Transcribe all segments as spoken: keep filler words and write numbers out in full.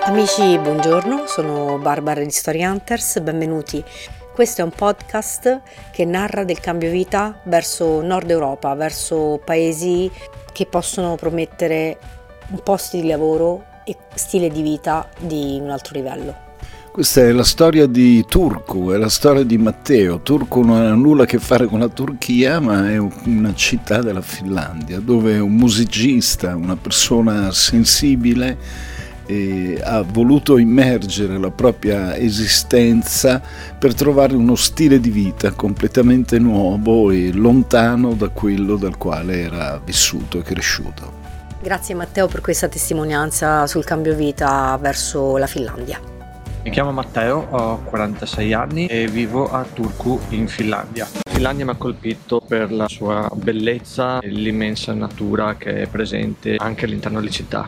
Amici, buongiorno, sono Barbara di Story Hunters, benvenuti. Questo è un podcast che narra del cambio vita verso Nord Europa, verso paesi che possono promettere posti di lavoro e stile di vita di un altro livello. Questa è la storia di Turku, è la storia di Matteo. Turku non ha nulla a che fare con la Turchia, ma è una città della Finlandia, dove un musicista, una persona sensibile, eh, ha voluto immergere la propria esistenza per trovare uno stile di vita completamente nuovo e lontano da quello dal quale era vissuto e cresciuto. Grazie Matteo per questa testimonianza sul cambio vita verso la Finlandia. Mi chiamo Matteo, ho quarantasei anni e vivo a Turku in Finlandia. La Finlandia mi ha colpito per la sua bellezza e l'immensa natura che è presente anche all'interno delle città.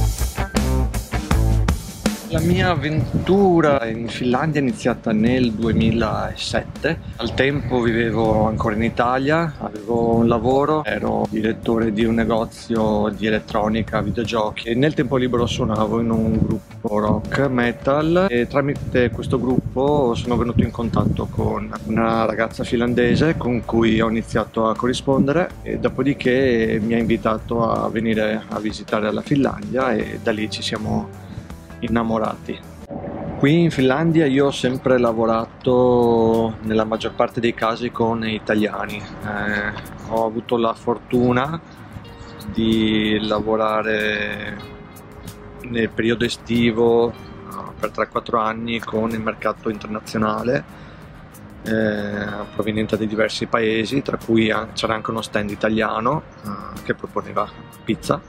La mia avventura in Finlandia è iniziata nel duemilasette. Al tempo vivevo ancora in Italia, avevo un lavoro, ero direttore di un negozio di elettronica, videogiochi e nel tempo libero suonavo in un gruppo rock metal e tramite questo gruppo sono venuto in contatto con una ragazza finlandese con cui ho iniziato a corrispondere e dopodiché mi ha invitato a venire a visitare la Finlandia e da lì ci siamo innamorati. Qui in Finlandia io ho sempre lavorato nella maggior parte dei casi con italiani. Eh, ho avuto la fortuna di lavorare nel periodo estivo per tre quattro anni con il mercato internazionale eh, proveniente da diversi paesi, tra cui c'era anche uno stand italiano eh, che proponeva pizza.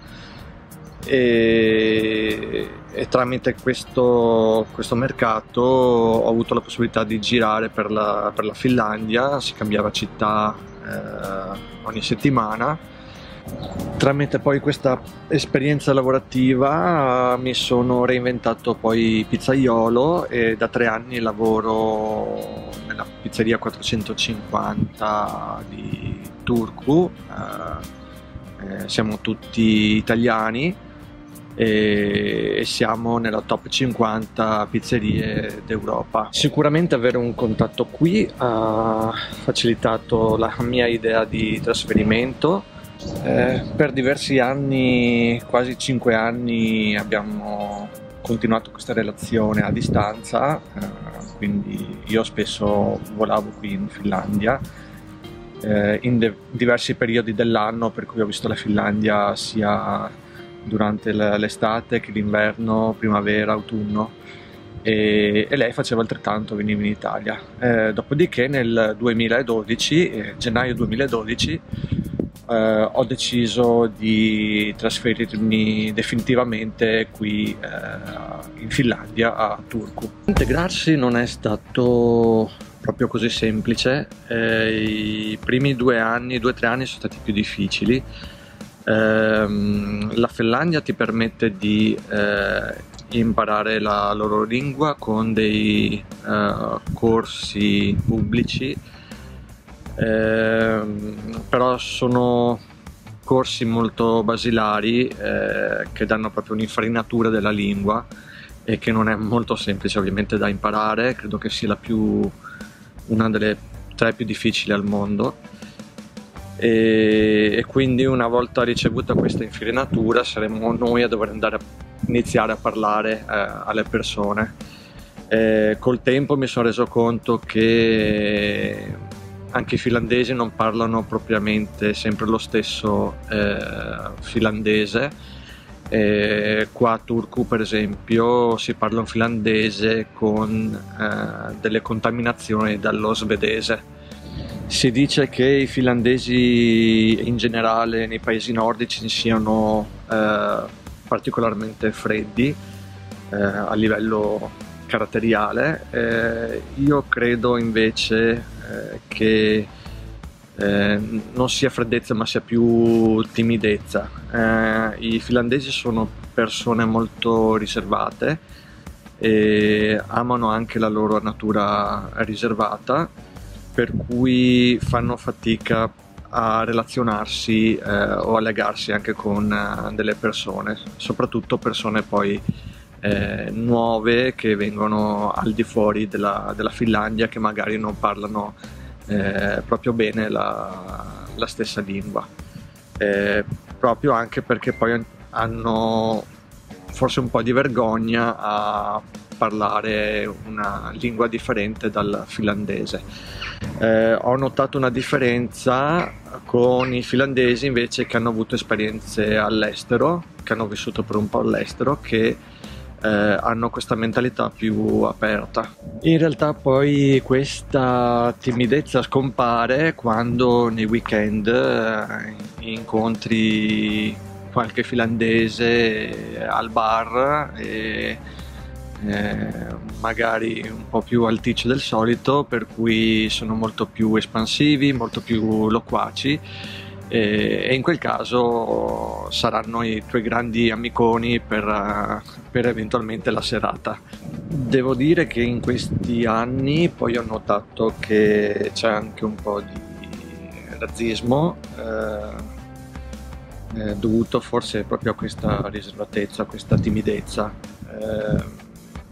E, e tramite questo, questo mercato ho avuto la possibilità di girare per la, per la Finlandia, si cambiava città eh, ogni settimana. Tramite poi questa esperienza lavorativa mi sono reinventato poi pizzaiolo e da tre anni lavoro nella pizzeria quattrocentocinquanta di Turku. Eh, eh, siamo tutti italiani e siamo nella top cinquanta pizzerie d'Europa. Sicuramente avere un contatto qui ha facilitato la mia idea di trasferimento. Eh, per diversi anni, quasi cinque anni, abbiamo continuato questa relazione a distanza, eh, quindi io spesso volavo qui in Finlandia eh, in de- diversi periodi dell'anno, per cui ho visto la Finlandia sia durante l'estate che l'inverno, primavera, autunno e, e lei faceva altrettanto, veniva in Italia. Eh, dopodiché nel duemiladodici, eh, gennaio duemiladodici, eh, ho deciso di trasferirmi definitivamente qui eh, in Finlandia, a Turku. Integrarsi non è stato proprio così semplice, eh, i primi due anni, due o tre anni sono stati più difficili. La Finlandia ti permette di eh, imparare la loro lingua con dei eh, corsi pubblici, eh, però sono corsi molto basilari eh, che danno proprio un'infarinatura della lingua e che non è molto semplice ovviamente da imparare. Credo che sia la più, una delle tre più difficili al mondo. E, e quindi una volta ricevuta questa infarinatura saremo noi a dover andare a iniziare a parlare eh, alle persone. E col tempo mi sono reso conto che anche i finlandesi non parlano propriamente sempre lo stesso eh, finlandese. E qua a Turku per esempio si parla un finlandese con eh, delle contaminazioni dallo svedese. Si dice che i finlandesi in generale nei paesi nordici siano eh, particolarmente freddi eh, a livello caratteriale. Eh, io credo invece eh, che eh, non sia freddezza ma sia più timidezza. Eh, I finlandesi sono persone molto riservate e amano anche la loro natura riservata, per cui fanno fatica a relazionarsi eh, o a legarsi anche con uh, delle persone, soprattutto persone poi eh, nuove che vengono al di fuori della, della Finlandia, che magari non parlano eh, proprio bene la, la stessa lingua, eh, proprio anche perché poi hanno forse un po' di vergogna a parlare una lingua differente dal finlandese. Eh, ho notato una differenza con i finlandesi invece che hanno avuto esperienze all'estero, che hanno vissuto per un po' all'estero, che eh, hanno questa mentalità più aperta. In realtà poi questa timidezza scompare quando nei weekend eh, incontri qualche finlandese al bar e Eh, magari un po' più alticcio del solito, per cui sono molto più espansivi, molto più loquaci, e, e in quel caso saranno i tuoi grandi amiconi per, per eventualmente la serata. Devo dire che in questi anni poi ho notato che c'è anche un po' di razzismo eh, eh, dovuto forse proprio a questa riservatezza, a questa timidezza. Eh,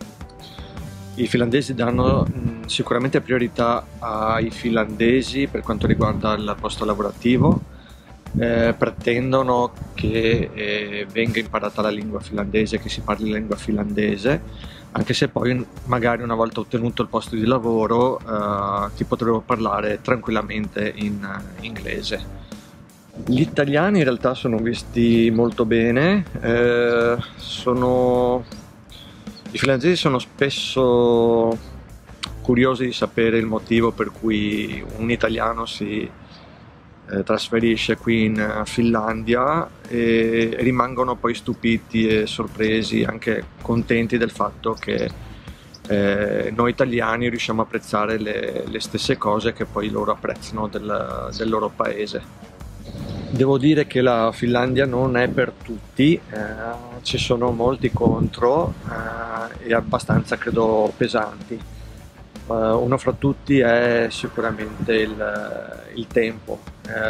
I finlandesi danno mh, sicuramente priorità ai finlandesi per quanto riguarda il posto lavorativo, eh, pretendono che eh, venga imparata la lingua finlandese, che si parli la lingua finlandese, anche se poi magari una volta ottenuto il posto di lavoro eh, ti potrebbero parlare tranquillamente in uh, inglese. Gli italiani in realtà sono visti molto bene, eh, sono... I finlandesi sono spesso curiosi di sapere il motivo per cui un italiano si eh, trasferisce qui in Finlandia, e rimangono poi stupiti e sorpresi, anche contenti del fatto che eh, noi italiani riusciamo a apprezzare le, le stesse cose che poi loro apprezzano del, del loro paese. Devo dire che la Finlandia non è per tutti, eh, ci sono molti contro eh, e abbastanza credo pesanti. Uh, uno fra tutti è sicuramente il, il tempo.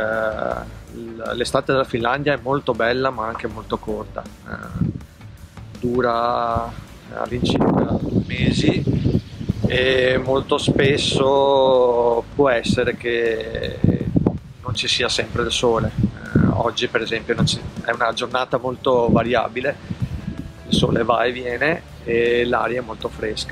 Uh, l'estate della Finlandia è molto bella ma anche molto corta, uh, dura all'incirca due mesi e molto spesso può essere che non ci sia sempre il sole. Eh, oggi per esempio non ci, è una giornata molto variabile, il sole va e viene e l'aria è molto fresca.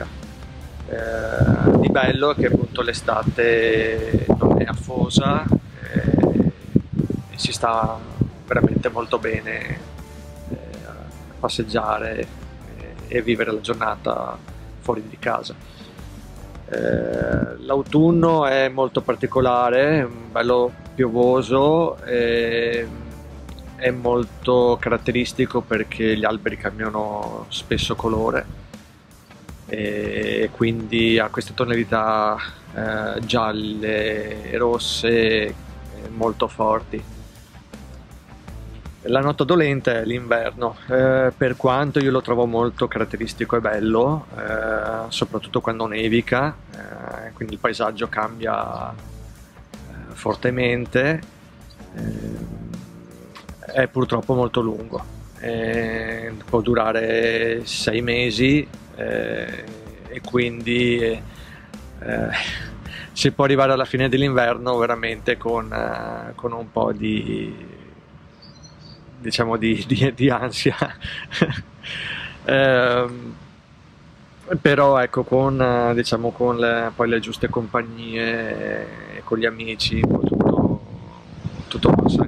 Eh, di bello è che appunto l'estate non è afosa eh, e si sta veramente molto bene eh, a passeggiare eh, e vivere la giornata fuori di casa. Eh, l'autunno è molto particolare, bello piovoso, e è molto caratteristico perché gli alberi cambiano spesso colore e quindi ha queste tonalità eh, gialle e rosse eh, molto forti. La nota dolente è l'inverno, eh, per quanto io lo trovo molto caratteristico e bello, eh, soprattutto quando nevica, eh, quindi il paesaggio cambia eh, fortemente, eh, è purtroppo molto lungo, eh, può durare sei mesi eh, e quindi eh, si può arrivare alla fine dell'inverno veramente con, eh, con un po' di diciamo di, di, di ansia eh, però ecco con, diciamo, con le, poi le giuste compagnie e con gli amici tutto, tutto passa.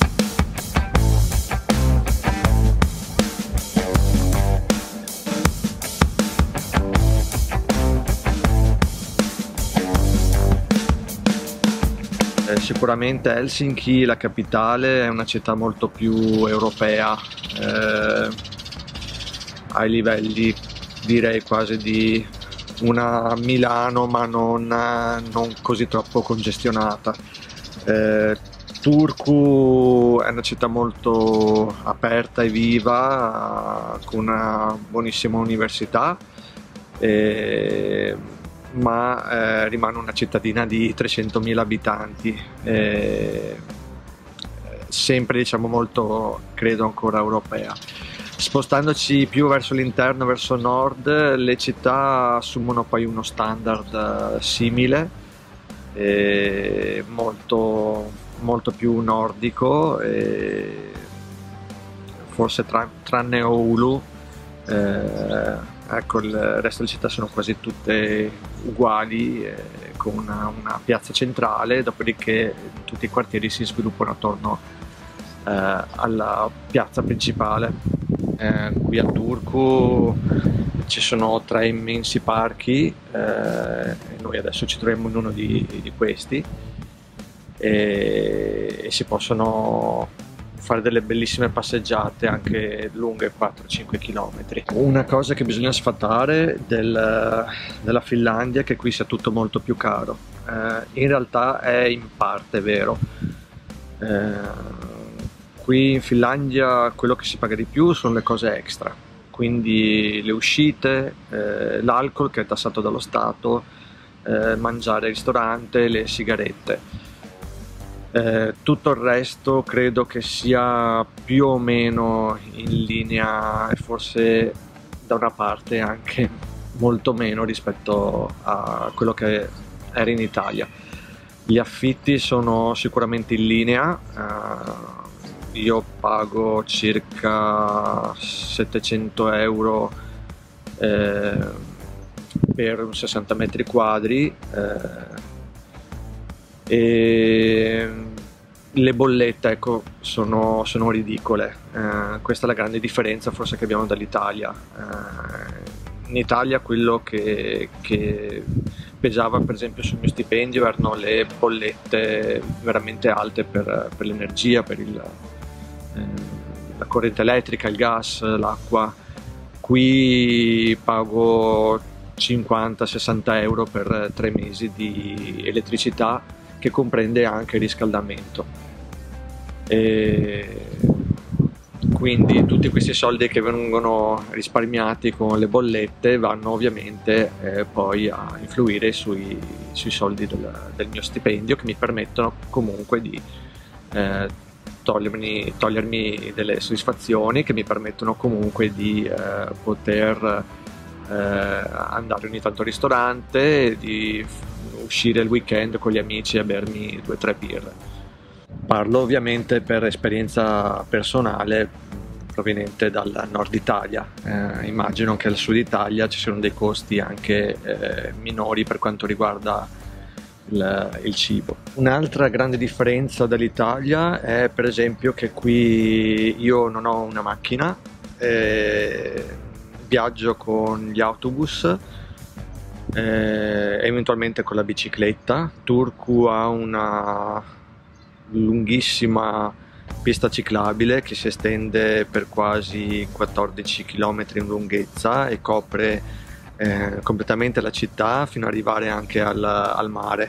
Sicuramente Helsinki, la capitale, è una città molto più europea, eh, ai livelli direi quasi di una Milano, ma non, non così troppo congestionata. Eh, Turku è una città molto aperta e viva, con una buonissima università, eh, ma eh, rimane una cittadina di trecentomila abitanti, eh, sempre diciamo molto, credo, ancora europea. Spostandoci più verso l'interno, verso nord, le città assumono poi uno standard simile, eh, molto, molto più nordico, e forse tra, tranne Oulu, eh, ecco, il resto delle città sono quasi tutte uguali, eh, con una, una piazza centrale, dopodiché tutti i quartieri si sviluppano attorno eh, alla piazza principale. Eh, qui a Turku ci sono tre immensi parchi, eh, e noi adesso ci troviamo in uno di, di questi, e, e si possono fare delle bellissime passeggiate anche lunghe quattro cinque chilometri. Una cosa che bisogna sfatare del, della Finlandia è che qui sia tutto molto più caro. Eh, in realtà è in parte vero. Eh, qui in Finlandia quello che si paga di più sono le cose extra, quindi le uscite, eh, l'alcol che è tassato dallo Stato, eh, mangiare al ristorante, le sigarette. Eh, tutto il resto credo che sia più o meno in linea, e forse da una parte anche molto meno rispetto a quello che era in Italia. Gli affitti sono sicuramente in linea, eh, io pago circa settecento euro eh, per un sessanta metri quadri, eh, e le bollette, ecco, sono, sono ridicole. Eh, questa è la grande differenza forse che abbiamo dall'Italia. Eh, in Italia quello che, che pesava per esempio sul mio stipendio erano le bollette veramente alte per, per l'energia, per il, eh, la corrente elettrica, il gas, l'acqua. Qui pago cinquanta sessanta euro per tre mesi di elettricità, che comprende anche il riscaldamento, e quindi tutti questi soldi che vengono risparmiati con le bollette vanno ovviamente eh, poi a influire sui, sui soldi del, del mio stipendio, che mi permettono comunque di eh, togliermi, togliermi delle soddisfazioni, che mi permettono comunque di eh, poter eh, andare ogni tanto al ristorante, di uscire il weekend con gli amici a bermi due o tre birre. Parlo ovviamente per esperienza personale proveniente dal nord Italia. Eh, immagino che al sud Italia ci siano dei costi anche eh, minori per quanto riguarda il, il cibo. Un'altra grande differenza dall'Italia è per esempio che qui io non ho una macchina, eh, viaggio con gli autobus, Eh, eventualmente con la bicicletta. Turku ha una lunghissima pista ciclabile che si estende per quasi quattordici chilometri in lunghezza e copre eh, completamente la città fino ad arrivare anche al, al mare.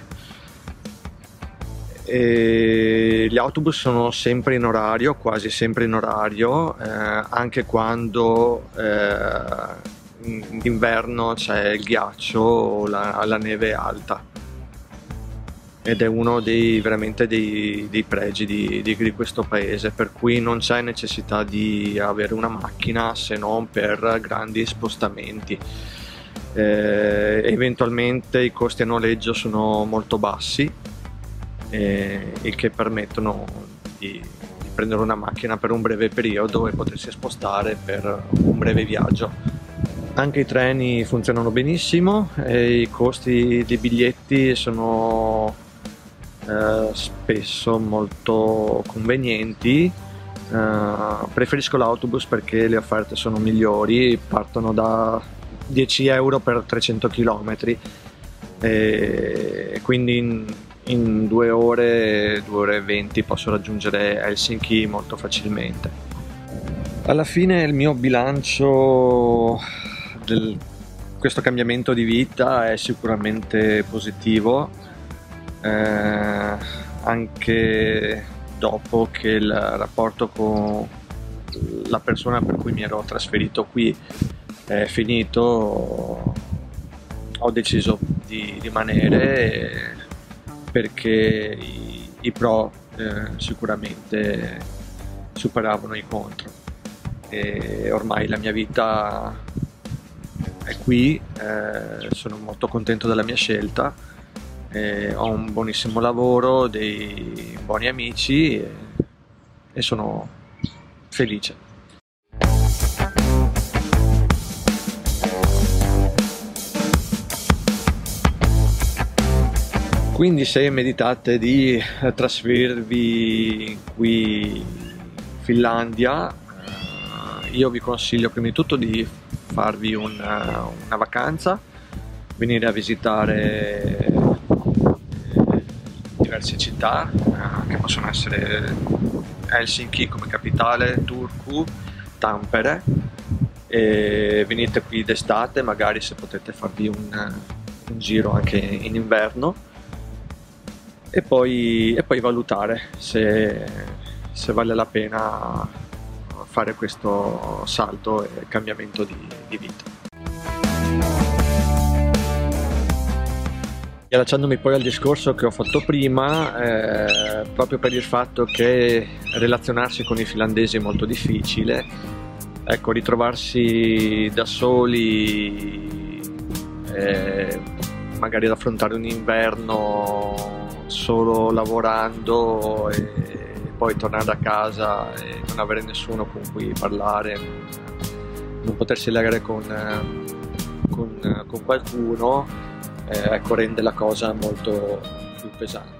E gli autobus sono sempre in orario, quasi sempre in orario, eh, anche quando eh, d'inverno c'è il ghiaccio o la, la neve alta, ed è uno dei veramente dei, dei pregi di, di, di questo paese, per cui non c'è necessità di avere una macchina se non per grandi spostamenti. Eh, eventualmente i costi a noleggio sono molto bassi, eh, il che permettono di, di prendere una macchina per un breve periodo e potersi spostare per un breve viaggio. Anche i treni funzionano benissimo e i costi dei biglietti sono eh, spesso molto convenienti. Eh, preferisco l'autobus perché le offerte sono migliori, partono da dieci euro per trecento chilometri, e quindi in, in due ore, due ore e venti posso raggiungere Helsinki molto facilmente. Alla fine il mio bilancio del, questo cambiamento di vita è sicuramente positivo, eh, anche dopo che il rapporto con la persona per cui mi ero trasferito qui è finito, ho deciso di rimanere perché i, i pro eh, sicuramente superavano i contro. e ormai la mia vita è qui, eh, sono molto contento della mia scelta, eh, ho un buonissimo lavoro, dei buoni amici e, e sono felice. Quindi se meditate di trasferirvi qui in Finlandia, io vi consiglio prima di tutto di farvi una, una vacanza, venire a visitare eh, diverse città, eh, che possono essere Helsinki come capitale, Turku, Tampere, e venite qui d'estate, magari se potete farvi un, un giro anche in inverno, e poi, e poi valutare se, se vale la pena fare questo salto e cambiamento di, di vita. E allacciandomi poi al discorso che ho fatto prima, eh, proprio per il fatto che relazionarsi con i finlandesi è molto difficile, ecco, ritrovarsi da soli, eh, magari ad affrontare un inverno solo lavorando e poi tornare a casa e non avere nessuno con cui parlare, non potersi legare con, con, con qualcuno, eh, ecco, rende la cosa molto più pesante.